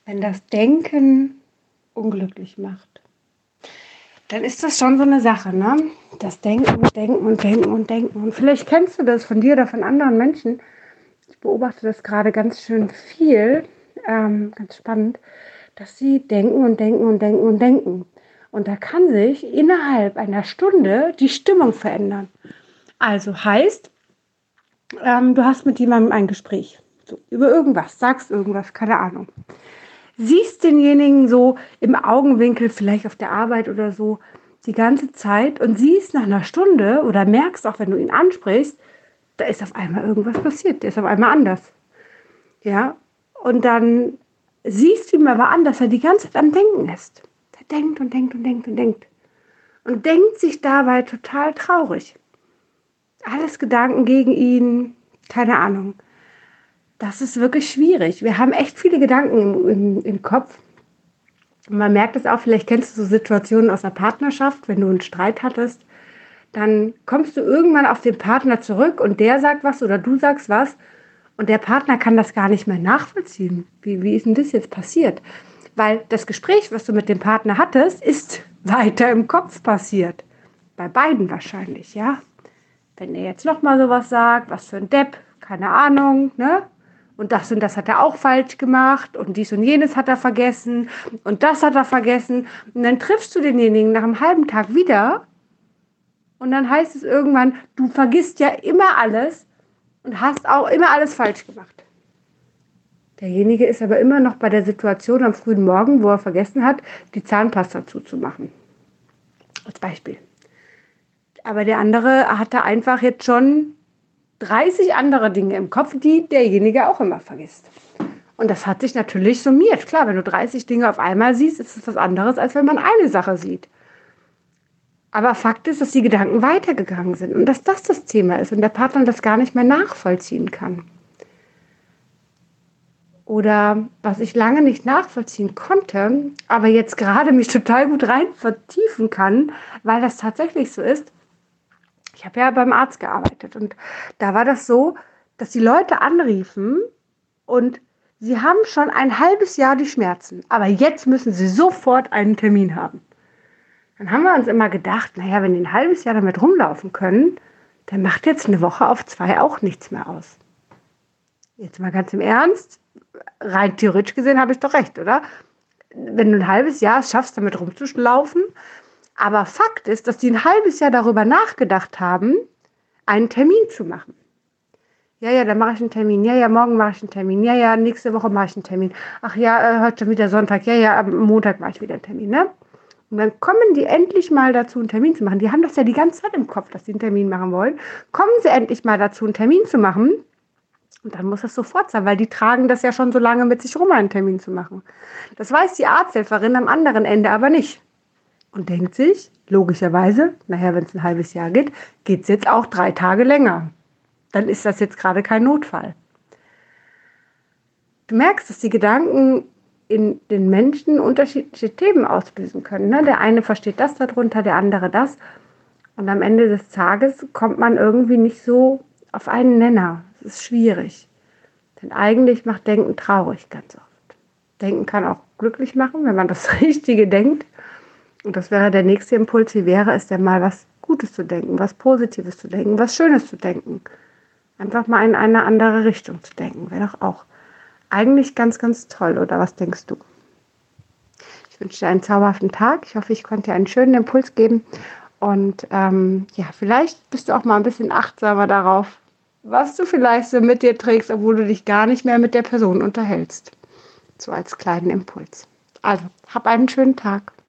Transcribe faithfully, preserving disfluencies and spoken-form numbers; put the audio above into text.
Wenn das Denken unglücklich macht, dann ist das schon so eine Sache, ne? Das Denken und Denken und Denken und Denken. Und vielleicht kennst du das von dir oder von anderen Menschen. Ich beobachte das gerade ganz schön viel, ähm, ganz spannend, dass sie denken und denken und denken und denken. Und da kann sich innerhalb einer Stunde die Stimmung verändern. Also heißt, ähm, du hast mit jemandem ein Gespräch so, über irgendwas, sagst irgendwas, keine Ahnung. Siehst denjenigen so im Augenwinkel, vielleicht auf der Arbeit oder so, die ganze Zeit und siehst nach einer Stunde oder merkst auch, wenn du ihn ansprichst, da ist auf einmal irgendwas passiert, der ist auf einmal anders. Ja, und dann siehst du ihm aber an, dass er die ganze Zeit am Denken ist. Der denkt und denkt und denkt und denkt. Und denkt sich dabei total traurig. Alles Gedanken gegen ihn, keine Ahnung. Das ist wirklich schwierig. Wir haben echt viele Gedanken im, im, im Kopf. Und man merkt es auch, vielleicht kennst du so Situationen aus einer Partnerschaft, wenn du einen Streit hattest, dann kommst du irgendwann auf den Partner zurück und der sagt was oder du sagst was und der Partner kann das gar nicht mehr nachvollziehen. Wie, wie ist denn das jetzt passiert? Weil das Gespräch, was du mit dem Partner hattest, ist weiter im Kopf passiert. Bei beiden wahrscheinlich, ja. Wenn er jetzt nochmal sowas sagt, was für ein Depp, keine Ahnung, ne? Und das und das hat er auch falsch gemacht und dies und jenes hat er vergessen und das hat er vergessen. Und dann triffst du denjenigen nach einem halben Tag wieder und dann heißt es irgendwann, du vergisst ja immer alles und hast auch immer alles falsch gemacht. Derjenige ist aber immer noch bei der Situation am frühen Morgen, wo er vergessen hat, die Zahnpasta zuzumachen. Als Beispiel. Aber der andere hatte einfach jetzt schon dreißig andere Dinge im Kopf, die derjenige auch immer vergisst. Und das hat sich natürlich summiert. Klar, wenn du dreißig Dinge auf einmal siehst, ist es was anderes, als wenn man eine Sache sieht. Aber Fakt ist, dass die Gedanken weitergegangen sind und dass das das Thema ist und der Partner das gar nicht mehr nachvollziehen kann. Oder was ich lange nicht nachvollziehen konnte, aber jetzt gerade mich total gut rein vertiefen kann, weil das tatsächlich so ist. Ich habe ja beim Arzt gearbeitet und da war das so, dass die Leute anriefen und sie haben schon ein halbes Jahr die Schmerzen, aber jetzt müssen sie sofort einen Termin haben. Dann haben wir uns immer gedacht, naja, wenn die ein halbes Jahr damit rumlaufen können, dann macht jetzt eine Woche auf zwei auch nichts mehr aus. Jetzt mal ganz im Ernst, rein theoretisch gesehen habe ich doch recht, oder? Wenn du ein halbes Jahr es schaffst, damit rumzulaufen, aber Fakt ist, dass die ein halbes Jahr darüber nachgedacht haben, einen Termin zu machen. Ja, ja, dann mache ich einen Termin. Ja, ja, morgen mache ich einen Termin. Ja, ja, nächste Woche mache ich einen Termin. Ach ja, äh, heute schon wieder Sonntag. Ja, ja, am Montag mache ich wieder einen Termin, ne? Und dann kommen die endlich mal dazu, einen Termin zu machen. Die haben das ja die ganze Zeit im Kopf, dass sie einen Termin machen wollen. Kommen sie endlich mal dazu, einen Termin zu machen. Und dann muss das sofort sein, weil die tragen das ja schon so lange mit sich rum, einen Termin zu machen. Das weiß die Arzthelferin am anderen Ende aber nicht. Und denkt sich, logischerweise, naja, wenn es ein halbes Jahr geht, geht es jetzt auch drei Tage länger. Dann ist das jetzt gerade kein Notfall. Du merkst, dass die Gedanken in den Menschen unterschiedliche Themen auslösen können. Ne? Der eine versteht das darunter, der andere das. Und am Ende des Tages kommt man irgendwie nicht so auf einen Nenner. Es ist schwierig. Denn eigentlich macht Denken traurig ganz oft. Denken kann auch glücklich machen, wenn man das Richtige denkt. Und das wäre der nächste Impuls. Wie wäre es denn mal, was Gutes zu denken, was Positives zu denken, was Schönes zu denken? Einfach mal in eine andere Richtung zu denken. Wäre doch auch eigentlich ganz, ganz toll. Oder was denkst du? Ich wünsche dir einen zauberhaften Tag. Ich hoffe, ich konnte dir einen schönen Impuls geben. Und ähm, ja, vielleicht bist du auch mal ein bisschen achtsamer darauf, was du vielleicht so mit dir trägst, obwohl du dich gar nicht mehr mit der Person unterhältst. So als kleinen Impuls. Also, hab einen schönen Tag.